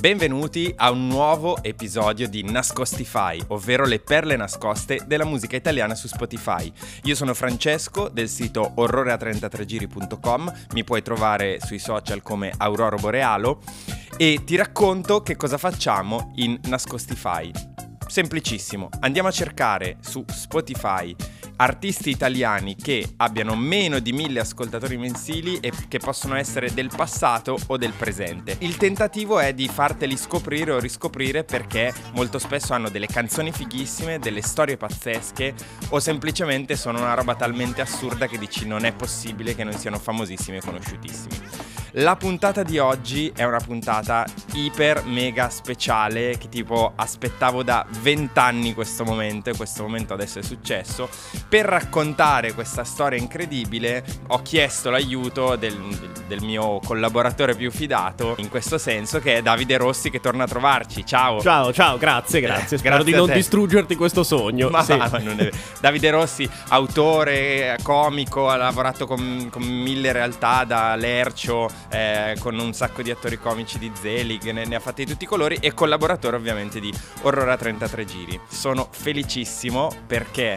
Benvenuti a un nuovo episodio di Nascostify, ovvero le perle nascoste della musica italiana su Spotify. Io sono Francesco del sito orrorea33giri.com, mi puoi trovare sui social come Aurora Borealo e ti racconto che cosa facciamo in Nascostify. Semplicissimo, andiamo a cercare su Spotify artisti italiani che abbiano meno di 1000 ascoltatori mensili e che possono essere del passato o del presente. Il tentativo è di farteli scoprire o riscoprire perché molto spesso hanno delle canzoni fighissime, delle storie pazzesche o semplicemente sono una roba talmente assurda che dici non è possibile che non siano famosissimi e conosciutissimi. La puntata di oggi è una puntata iper mega speciale che tipo aspettavo da 20 anni questo momento e questo momento adesso è successo. Per raccontare questa storia incredibile ho chiesto l'aiuto del mio collaboratore più fidato in questo senso, che è Davide Rossi, che torna a trovarci. Ciao. Ciao, grazie. Spero grazie di non distruggerti questo sogno. Ma sì. non è... Davide Rossi, autore, comico, ha lavorato con 1000 realtà, da Lercio, con un sacco di attori comici di Zelig, ne ha fatti di tutti i colori, e collaboratore ovviamente di Orrorea33 Giri. Sono felicissimo perché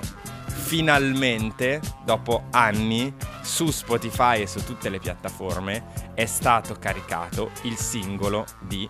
finalmente, dopo anni, su Spotify e su tutte le piattaforme è stato caricato il singolo di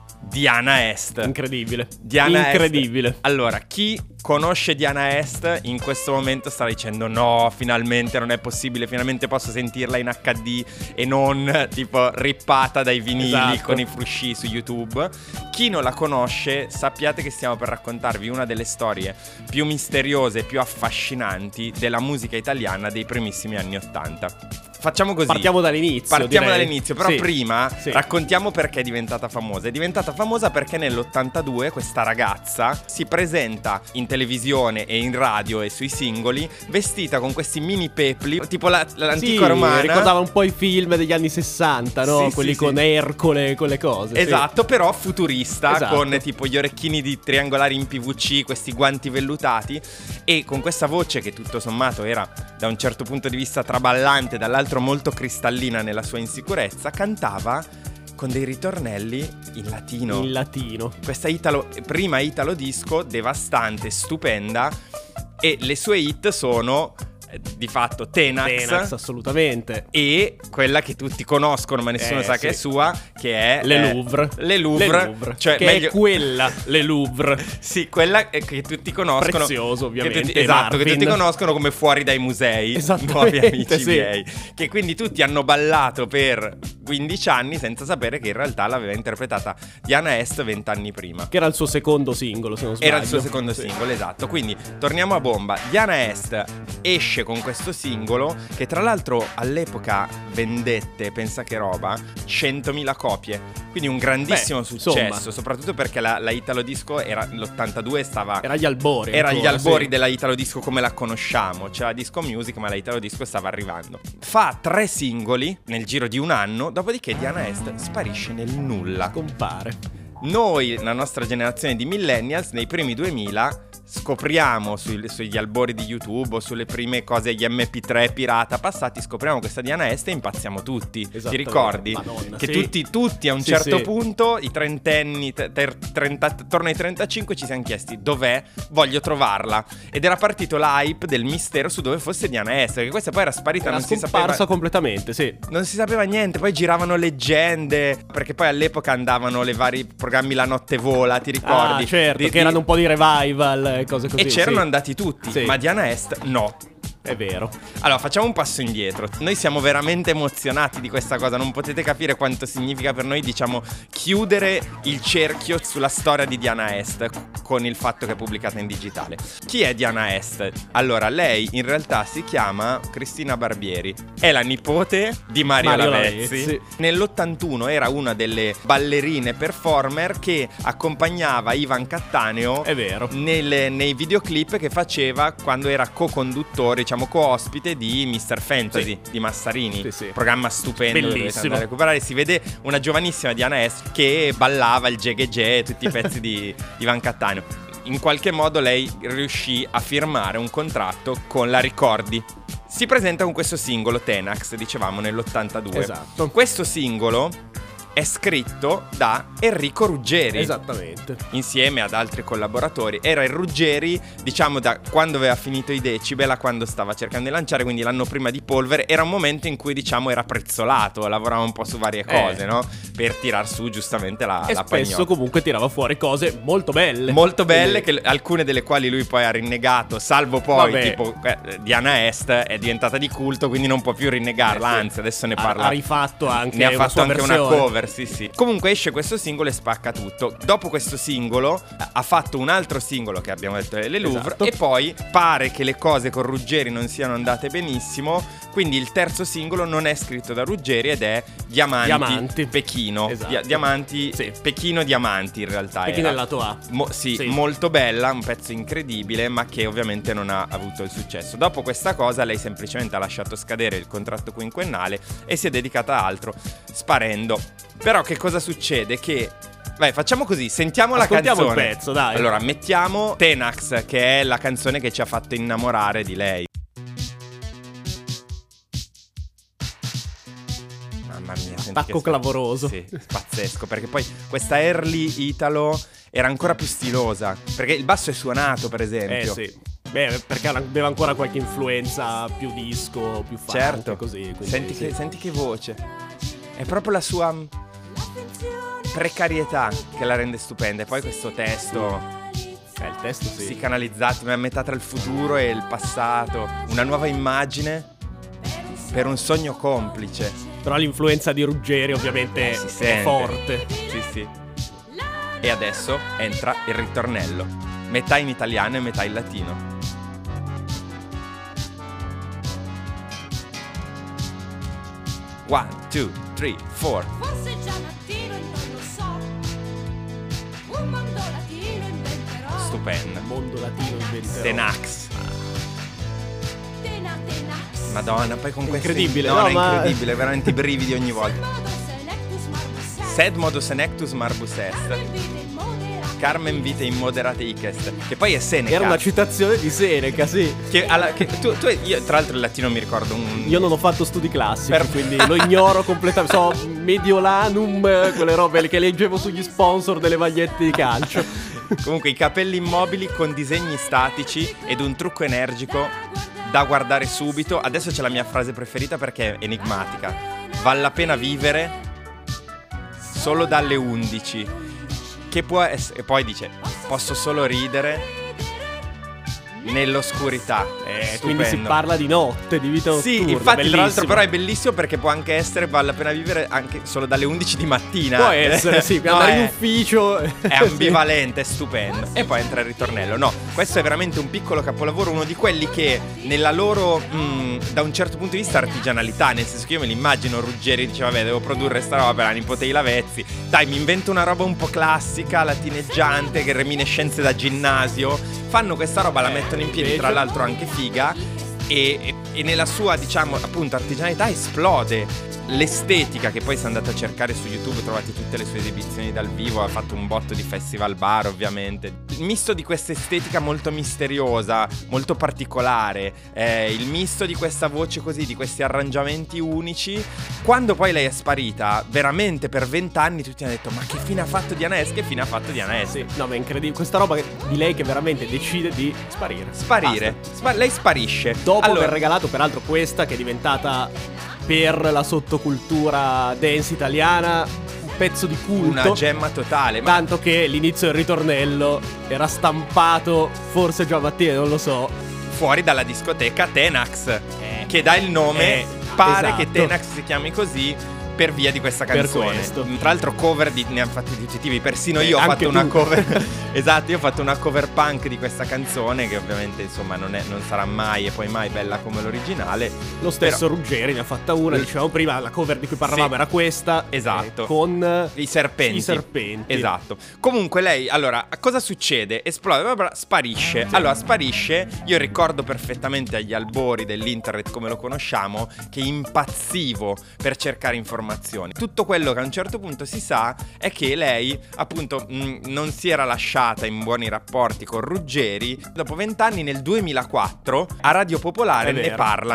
Diana Est. Incredibile. Diana Incredibile. Est. Allora, chi conosce Diana Est in questo momento sta dicendo no, finalmente non è possibile, finalmente posso sentirla in HD e non tipo rippata dai vinili, esatto, con i frusci su YouTube. Chi non la conosce, sappiate che stiamo per raccontarvi una delle storie più misteriose e più affascinanti della musica italiana dei primissimi anni '80. Facciamo così. Partiamo dall'inizio, però sì, prima sì, raccontiamo perché è diventata famosa. È diventata famosa perché nell'82 questa ragazza si presenta in televisione e in radio e sui singoli vestita con questi mini pepli, tipo l'antica romana. Ricordava un po' i film degli anni 60, no? Sì, quelli sì, con sì. Ercole, quelle cose. Esatto, sì. Però futurista, esatto, con tipo gli orecchini di triangolari in PVC, questi guanti vellutati, e con questa voce che tutto sommato era da un certo punto di vista traballante, dall'altro molto cristallina nella sua insicurezza, cantava con dei ritornelli in latino. Questa prima italo disco devastante, stupenda, e le sue hit sono di fatto Tenax, assolutamente, e quella che tutti conoscono ma nessuno sa che è sua, che è Le Louvre, cioè che meglio... è quella Le Louvre. Sì, quella che tutti conoscono, prezioso ovviamente, esatto, Marvin, che tutti conoscono come Fuori dai musei, nuovi amici sì, miei, che quindi tutti hanno ballato per 15 anni senza sapere che in realtà l'aveva interpretata Diana Est 20 anni prima, che era il suo secondo singolo, se non sbaglio. Era il suo secondo singolo, esatto. Quindi torniamo a bomba. Diana Est esce con questo singolo che tra l'altro all'epoca vendette, pensa che roba, 100.000 copie. Quindi un grandissimo successo, insomma, soprattutto perché la Italo Disco era l'82, era agli albori. Era agli albori, sì, della Italo Disco come la conosciamo. C'era Disco Music, ma la Italo Disco stava arrivando. Fa 3 singoli nel giro di un anno, dopodiché Diana Est sparisce nel nulla. Scompare. Noi, la nostra generazione di millennials, nei primi 2000 scopriamo sugli albori di YouTube o sulle prime cose, gli MP3 pirata passati, scopriamo questa Diana Est e impazziamo tutti. Ti ricordi? Madonna, che sì, tutti a un certo punto, i trentenni, attorno ai 35, ci siamo chiesti dov'è, voglio trovarla. Ed era partito l'hype del mistero su dove fosse Diana Est, perché questa poi era sparita, non si sapeva completamente, sì. Non si sapeva niente, poi giravano leggende, perché poi all'epoca andavano le vari programmi La Notte Vola, ti ricordi? Ah, certo, che erano un po' di revival, cose così. E c'erano sì, andati tutti, sì, ma Diana Est no. È vero. Allora, facciamo un passo indietro. Noi siamo veramente emozionati di questa cosa. Non potete capire quanto significa per noi, diciamo, chiudere il cerchio sulla storia di Diana Est con il fatto che è pubblicata in digitale. Chi è Diana Est? Allora, lei in realtà si chiama Cristina Barbieri. È la nipote di Mario Lavezzi. Nell'81 era una delle ballerine performer che accompagnava Ivan Cattaneo, è vero, nei videoclip che faceva quando era co-conduttore, diciamo co-ospite di Mr. Fantasy, sì, di Massarini, sì, sì, programma stupendo, dovete andare a recuperare. Si vede una giovanissima Diana Est che ballava il Gegege, tutti i pezzi di Ivan Cattaneo. In qualche modo lei riuscì a firmare un contratto con la Ricordi. Si presenta con questo singolo Tenax, dicevamo nell'82. Esatto. Questo singolo è scritto da Enrico Ruggeri. Esattamente. Insieme ad altri collaboratori. Era il Ruggeri, diciamo, da quando aveva finito i Decibel a quando stava cercando di lanciare, quindi l'anno prima di Polvere. Era un momento in cui, diciamo, era prezzolato, lavorava un po' su varie cose, no? Per tirar su giustamente la spesso pagnotta. comunque tirava fuori cose molto belle. Molto belle, che alcune delle quali lui poi ha rinnegato, salvo poi, Vabbè. tipo, Diana Est è diventata di culto, quindi non può più rinnegarla, Sì. anzi adesso ne parla. Ha rifatto anche Ne ha una fatto sua anche versione. una cover, sì. Comunque esce questo singolo e spacca tutto. Dopo questo singolo ha fatto un altro singolo che abbiamo detto è Le Louvre, Esatto. e poi pare che le cose con Ruggeri non siano andate benissimo, quindi il terzo singolo non è scritto da Ruggeri ed è Diamanti. Pechino. Esatto. Diamanti, Sì. Pechino Diamanti in realtà. Pechino era. è lato A. Sì, Sì. molto bella, un pezzo incredibile, ma che ovviamente non ha avuto il successo. Dopo questa cosa lei semplicemente ha lasciato scadere il contratto quinquennale e si è dedicata a altro, sparendo. Però che cosa succede? Che vai, facciamo così, sentiamo Ascoltiamo la canzone. il pezzo, dai. Allora, mettiamo Tenax, che è la canzone che ci ha fatto innamorare di lei. Mamma mia, senti Attacco che clamoroso. Sì, pazzesco, perché poi questa early Italo era ancora più stilosa, perché il basso è suonato, per esempio. Sì. Beh, perché aveva ancora qualche influenza più disco, più funk, Certo, così. Quindi, senti che voce. È proprio la sua precarietà che la rende stupenda. E poi questo testo, il testo sì. psicanalizzati, ma a metà tra il futuro e il passato. Una nuova immagine per un sogno complice. Però l'influenza di Ruggeri ovviamente Si è sente. forte. Sì. E adesso entra il ritornello, metà in italiano e metà in latino. One, two, three, four. Forse già mattino e non lo so. Un mondo latino inventerò. Stupenda. Mondo latino inventerò. Tenax. Tenax. Madonna, poi con queste Incredibile, no, no, è ma- incredibile, veramente i brividi ogni volta. Modo selectus marbus est. Sed modo senectus marbus est. Carmen vite immoderate. Carmen vite immoderate icest. Che poi è Seneca. Era una citazione di Seneca, sì. Io tra l'altro il latino mi ricordo un... Io non ho fatto studi classici, Per- quindi lo ignoro completamente. So Mediolanum, quelle robe che leggevo sugli sponsor delle magliette di calcio. Comunque i capelli immobili con disegni statici ed un trucco energico da guardare subito. Adesso c'è la mia frase preferita perché è enigmatica. Vale la pena vivere solo dalle 11. Che può essere... E poi dice, posso solo ridere nell'oscurità. Quindi si Stupendo. parla di notte, di vita notturna. Sì, infatti tra l'altro bellissimo. però è bellissimo perché può anche essere vale la pena vivere anche solo dalle 11 di mattina. Può essere, sì, No, andare in è- ufficio. È ambivalente, è stupendo. E poi entra il ritornello. No, questo è veramente un piccolo capolavoro, uno di quelli che nella loro, da un certo punto di vista, artigianalità, nel senso che io me l'immagino Ruggeri dice vabbè devo produrre sta roba per la nipote di Lavezzi, dai mi invento una roba un po' classica, latineggiante, che reminiscenze da ginnasio, fanno questa roba, la mettono in piedi, tra l'altro anche figa, e nella sua, diciamo, appunto artigianalità esplode. L'estetica che poi se andate a cercare su YouTube trovate tutte le sue esibizioni dal vivo, ha fatto un botto di festival bar ovviamente. Il misto di questa estetica molto misteriosa, molto particolare, il misto di questa voce così, di questi arrangiamenti unici. Quando poi lei è sparita, veramente per 20 anni tutti hanno detto ma che fine ha fatto Diana Est, che fine ha fatto Diana Est? Sì, no, ma è incredibile. Questa roba di lei che veramente decide di sparire. Sparire, lei sparisce. Dopo Allora, aver regalato peraltro questa che è diventata per la sottocultura dance italiana un pezzo di culto. una gemma totale. Ma Tanto che l'inizio del ritornello era stampato, forse già mattina, non lo so. fuori dalla discoteca Tenax, che dà il nome, pare esatto. che Tenax si chiami così per via di questa Per canzone. questo. Tra l'altro cover ne hanno fatti di tutti i tipi, persino io ho anche fatto una tu. cover. Esatto, io ho fatto una cover punk di questa canzone che ovviamente insomma non sarà mai e poi mai bella come l'originale. Lo stesso Però- Ruggeri ne ha fatta una, dicevamo prima, la cover di cui parlavamo Sì. era questa. Esatto. Con I serpenti. I serpenti. Esatto. Comunque lei, allora, cosa succede? Esplode, bla bla bla, sparisce. Allora, sparisce. Io ricordo perfettamente agli albori dell'internet come lo conosciamo che impazzivo per cercare informazioni. Tutto quello che a un certo punto si sa è che lei, appunto, non si era lasciata in buoni rapporti con Ruggeri. Dopo 20 anni, nel 2004, a Radio Popolare È ne vero. parlano.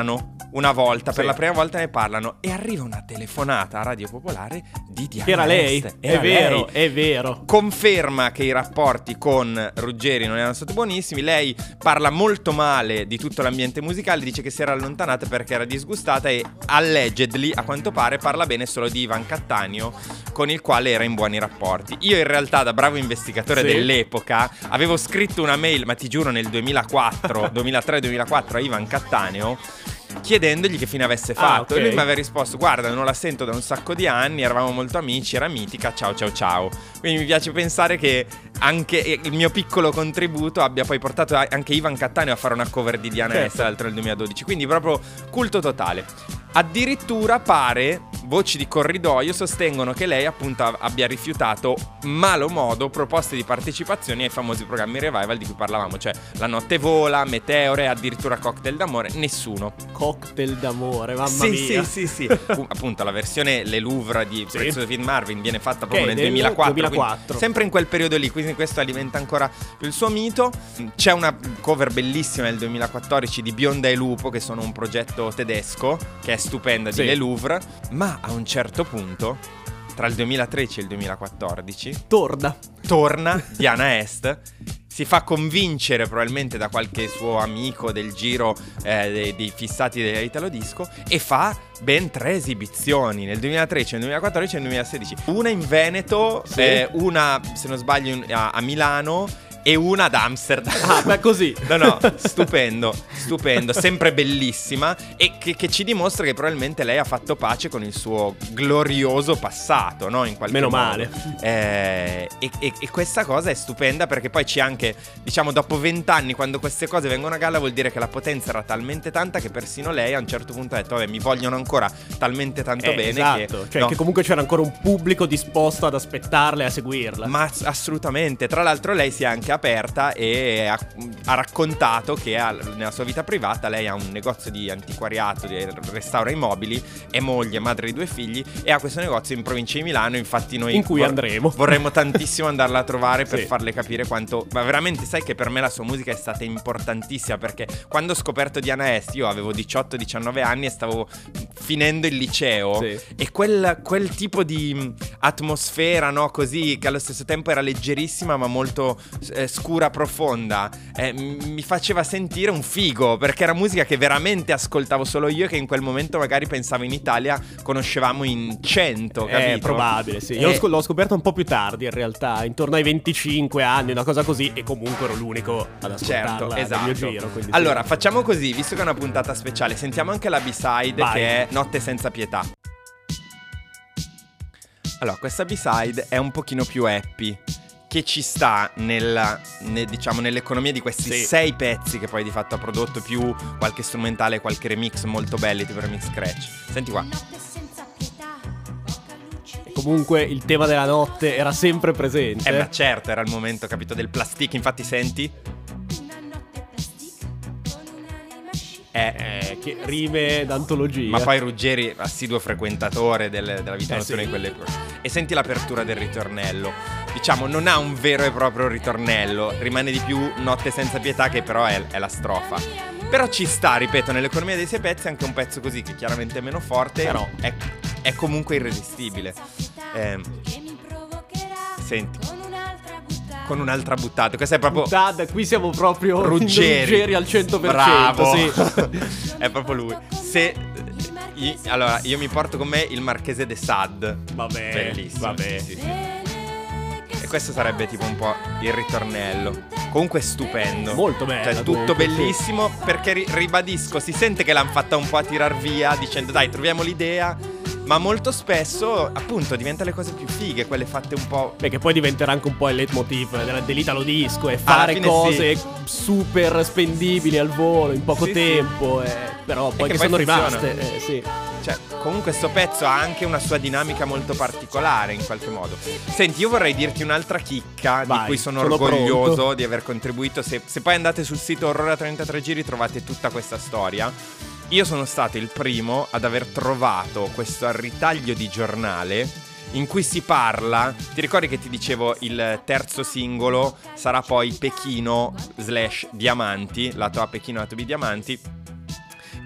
una volta, per Sì. la prima volta ne parlano e arriva una telefonata a Radio Popolare di Diana Che era lei, Est. è Era vero, lei. è vero. Conferma che i rapporti con Ruggeri non erano stati buonissimi. Lei parla molto male di tutto l'ambiente musicale, dice che si era allontanata perché era disgustata e allegedly, a quanto pare, parla bene solo di Ivan Cattaneo, con il quale era in buoni rapporti. Io in realtà, da bravo investigatore Sì. dell'epoca, avevo scritto una mail, ma ti giuro nel 2003-2004 a Ivan Cattaneo, chiedendogli che fine avesse fatto. ok. E lui mi aveva risposto: guarda, non la sento da un sacco di anni, eravamo molto amici, era mitica, ciao ciao ciao. Quindi mi piace pensare che anche il mio piccolo contributo abbia poi portato anche Ivan Cattaneo a fare una cover di Diana Certo. Est l'altro nel 2012. Quindi proprio culto totale. Addirittura pare, voci di corridoio sostengono che lei appunto abbia rifiutato malo modo proposte di partecipazione ai famosi programmi revival di cui parlavamo, cioè La Notte Vola, Meteore, addirittura Cocktail d'amore. Nessuno. Cocktail d'amore, mamma Sì, mia. sì. Appunto la versione Le Louvre di Sì. Prezioso Film Marvin viene fatta proprio Che è nel del 2004, 2004. quindi sempre in quel periodo lì, quindi questo alimenta ancora più il suo mito. C'è una cover bellissima nel 2014 di Bionda e Lupo, che sono un progetto tedesco che è stupenda, Sì. di Le Louvre, ma a un certo punto, tra il 2013 e il 2014, Torna. torna Diana Est, si fa convincere probabilmente da qualche suo amico del giro dei fissati dell'Italo Disco e fa ben 3 esibizioni nel 2013, nel 2014 e nel 2016. Una in Veneto, Sì. una, se non sbaglio, a Milano e una ad Amsterdam. Ah, beh, così. No, stupendo, sempre bellissima e che ci dimostra che probabilmente lei ha fatto pace con il suo glorioso passato, no? In qualche Meno modo. male. E questa cosa è stupenda perché poi c'è anche, diciamo, dopo 20 anni, quando queste cose vengono a galla, vuol dire che la potenza era talmente tanta che persino lei a un certo punto ha detto: vabbè, mi vogliono ancora talmente tanto bene esatto. che... Cioè, no. che comunque c'era ancora un pubblico disposto ad aspettarla e a seguirla. Ma assolutamente. Tra l'altro lei si è anche aperta e ha raccontato che nella sua vita privata lei ha un negozio di antiquariato, restaura immobili, è moglie, madre di 2 figli e ha questo negozio in provincia di Milano. Infatti noi In cui andremo. vorremmo tantissimo andarla a trovare per Sì. farle capire quanto... Ma veramente, sai che per me la sua musica è stata importantissima, perché quando ho scoperto Diana Est io avevo 18-19 anni e stavo finendo il liceo. Sì. E quel tipo di atmosfera, no, così, che allo stesso tempo era leggerissima ma molto scura, profonda, mi faceva sentire un figo, perché era musica che veramente ascoltavo solo io e che in quel momento magari pensavo in Italia conoscevamo in 100, capito? È probabile, sì. Io l'ho scoperto un po' più tardi, in realtà, intorno ai 25 anni, una cosa così, e comunque ero l'unico ad ascoltarla Certo, nel esatto. mio giro. Quindi Allora, sì. facciamo così, visto che è una puntata speciale, sentiamo anche la B-side, Vai. che è Notte senza pietà. Allora, questa B-side è un pochino più happy, che ci sta diciamo, nell'economia di questi Sì. 6 pezzi che poi di fatto ha prodotto, più qualche strumentale e qualche remix molto belli, tipo remix scratch. Senti qua. Notte senza pietà, poca luce di Comunque il tema della notte era sempre presente. Ma certo, era il momento, capito, del plastic, infatti senti? una notte plastic con un'anima chic. Che rime d'antologia. Ma poi Ruggeri, assiduo frequentatore della vita notturna sì. di quelle cose. E senti l'apertura del ritornello. Diciamo, non ha un vero e proprio ritornello, rimane di più Notte senza pietà, che però è la strofa. Però ci sta, ripeto, nell'economia dei 6 pezzi anche un pezzo così, che chiaramente è meno forte, Però è comunque irresistibile. Che mi provocherà Senti, con un'altra buttata. con un'altra buttata. Questa è proprio Puttana, qui siamo proprio Ruggeri al 100%. Bravo. Sì. È proprio lui. Allora, io mi porto con me il Marchese de Sade. Vabbè, Bellissimo. vabbè. Sì, sì. E questo sarebbe tipo un po' il ritornello. Comunque è stupendo. Molto bello. Cioè, tutto comunque, sì. bellissimo. Perché ribadisco, si sente che l'hanno fatta un po' a tirar via, dicendo dai, troviamo l'idea. Ma molto spesso, appunto, diventano le cose più fighe, quelle fatte un po'. Beh, che poi diventerà anche un po' il leitmotiv dell'Italo Disco, e fare fine cose sì. super spendibili al volo in poco Sì, tempo, però poi che che poi sono funziona. rimaste. Sì. Cioè, comunque sto pezzo ha anche una sua dinamica molto particolare in qualche modo. Senti, io vorrei dirti un'altra chicca di Vai, cui sono sono orgoglioso pronto. di aver contribuito. Se poi andate sul sito Orrore a 33 giri trovate tutta questa storia. Io sono stato il primo ad aver trovato questo ritaglio di giornale in cui si parla. Ti ricordi che ti dicevo il terzo singolo sarà poi Pechino / Diamanti, lato A Pechino, lato B Diamanti,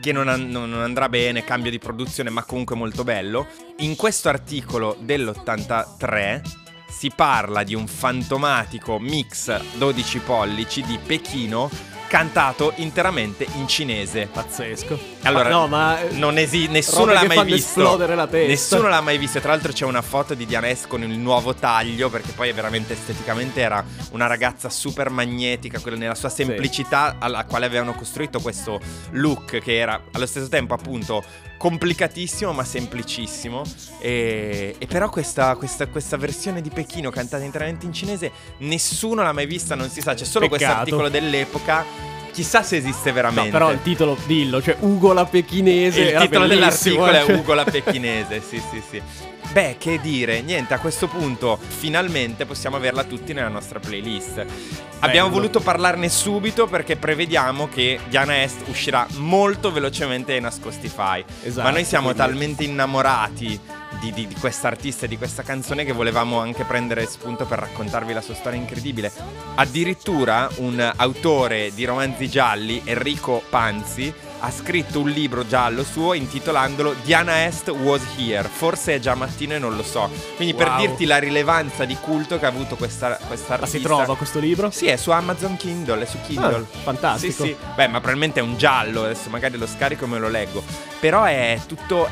che non andrà bene, cambio di produzione, ma comunque molto bello. In questo articolo dell'83 si parla di un fantomatico mix 12 pollici di Pechino cantato interamente in cinese. Pazzesco. Allora, no, ma nessuno robe l'ha che mai fanno visto. esplodere la testa. Nessuno l'ha mai visto. Tra l'altro c'è una foto di Diana Est con il nuovo taglio, perché poi veramente esteticamente era una ragazza super magnetica, quella nella sua semplicità alla quale avevano costruito questo look che era allo stesso tempo appunto complicatissimo ma semplicissimo. E però questa versione di Pechino cantata interamente in cinese nessuno l'ha mai vista, non si sa. C'è solo questo Peccato. articolo dell'epoca. Chissà se esiste veramente. No, però il titolo, dillo, cioè Ugo la pechinese. Il era titolo bellissimo, dell'articolo cioè. è Ugo la pechinese. Sì. Beh, che dire, niente, a questo punto finalmente possiamo averla tutti nella nostra playlist. Abbiamo voluto parlarne subito perché prevediamo che Diana Est uscirà molto velocemente ai Nascostify. Esatto, Ma noi siamo quindi talmente innamorati di quest'artista e di questa canzone che volevamo anche prendere spunto per raccontarvi la sua storia incredibile. Addirittura un autore di romanzi gialli, Enrico Panzi, ha scritto un libro giallo suo intitolandolo Diana Est Was Here. Forse è già mattino e non lo so. Quindi per Wow. dirti la rilevanza di culto che ha avuto quest'artista. Ma si trova questo libro? Sì, è su Amazon Kindle, è su Kindle. Ah, fantastico. Sì. Beh, ma probabilmente è un giallo, adesso magari lo scarico e me lo leggo. Però è tutto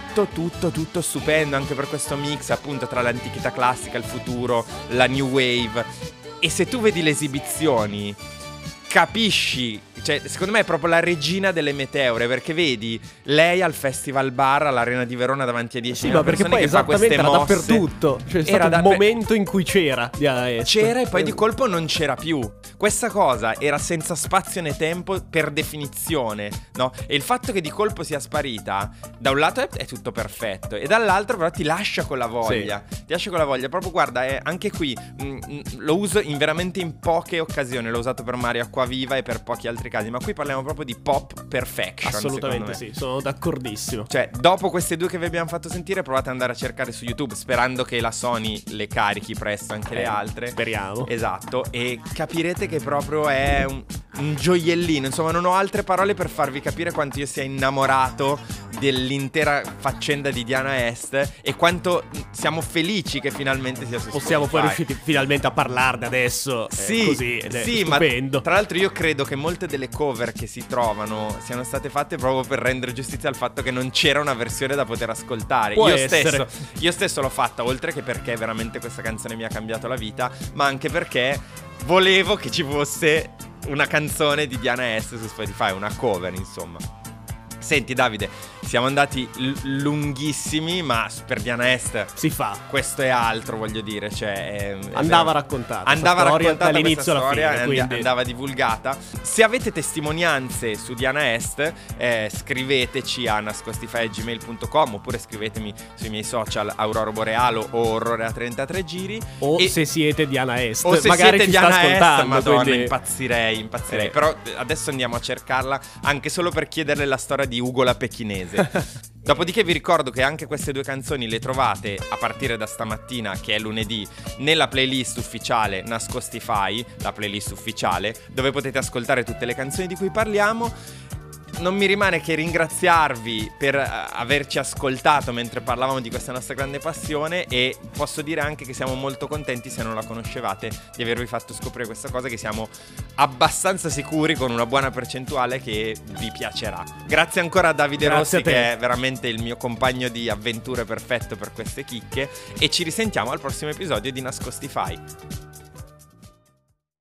stupendo anche per questo mix appunto tra l'antichità classica, il futuro, la new wave. E se tu vedi le esibizioni capisci, cioè secondo me è proprio la regina delle meteore, perché vedi lei al Festival Bar all'Arena di Verona davanti a 10.000 Sì, ma perché persone poi che fa esattamente queste era mosse. dappertutto. Cioè è Era stato un momento in cui c'era Diana Est. C'era e poi di colpo non c'era più. Questa cosa era senza spazio né tempo per definizione, no? E il fatto che di colpo sia sparita, da un lato è tutto perfetto e dall'altro però ti lascia con la voglia. Ti lascia con la voglia. Proprio guarda, anche qui lo uso veramente in poche occasioni. L'ho usato per Mario Acquaviva e per pochi altri casi, ma qui parliamo proprio di pop perfection. Assolutamente secondo me. sì, sono d'accordissimo. Cioè, dopo queste due che vi abbiamo fatto sentire, provate ad andare a cercare su YouTube, sperando che la Sony le carichi presto anche le altre. Speriamo. Esatto, e capirete che proprio è un gioiellino. Insomma, non ho altre parole per farvi capire quanto io sia innamorato dell'intera faccenda di Diana Est e quanto siamo felici che finalmente sia su Possiamo poi Spotify. riuscire finalmente a parlarne adesso. Sì, così, ed è sì, stupendo. ma tra l'altro io credo che molte delle cover che si trovano siano state fatte proprio per rendere giustizia al fatto che non c'era una versione da poter ascoltare. Può Io essere. stesso l'ho fatta, oltre che perché veramente questa canzone mi ha cambiato la vita, ma anche perché volevo che ci fosse una canzone di Diana Est su Spotify, una cover insomma. Senti Davide, siamo andati lunghissimi, ma per Diana Est Si fa. questo è altro, voglio dire, cioè Andava raccontata. Andava questa storia raccontata dall'inizio questa alla storia, fine, quindi andava divulgata. Se avete testimonianze su Diana Est, scriveteci a nascostify@gmail.com oppure scrivetemi sui miei social Aurora Borealo o Orrore a 33 giri. o E- se siete Diana Est, o se magari siete ci Diana sta Est, ascoltando, Madonna, quindi impazzirei. Però adesso andiamo a cercarla anche solo per chiederle la storia di Ugo la pechinese. Dopodiché vi ricordo che anche queste due canzoni le trovate a partire da stamattina, che è lunedì, nella playlist ufficiale Nascostify, la playlist ufficiale, dove potete ascoltare tutte le canzoni di cui parliamo. Non mi rimane che ringraziarvi per averci ascoltato mentre parlavamo di questa nostra grande passione, e posso dire anche che siamo molto contenti, se non la conoscevate, di avervi fatto scoprire questa cosa, che siamo abbastanza sicuri con una buona percentuale che vi piacerà. Grazie ancora a Davide Grazie Rossi, a te. che è veramente il mio compagno di avventure perfetto per queste chicche, e ci risentiamo al prossimo episodio di Nascostify.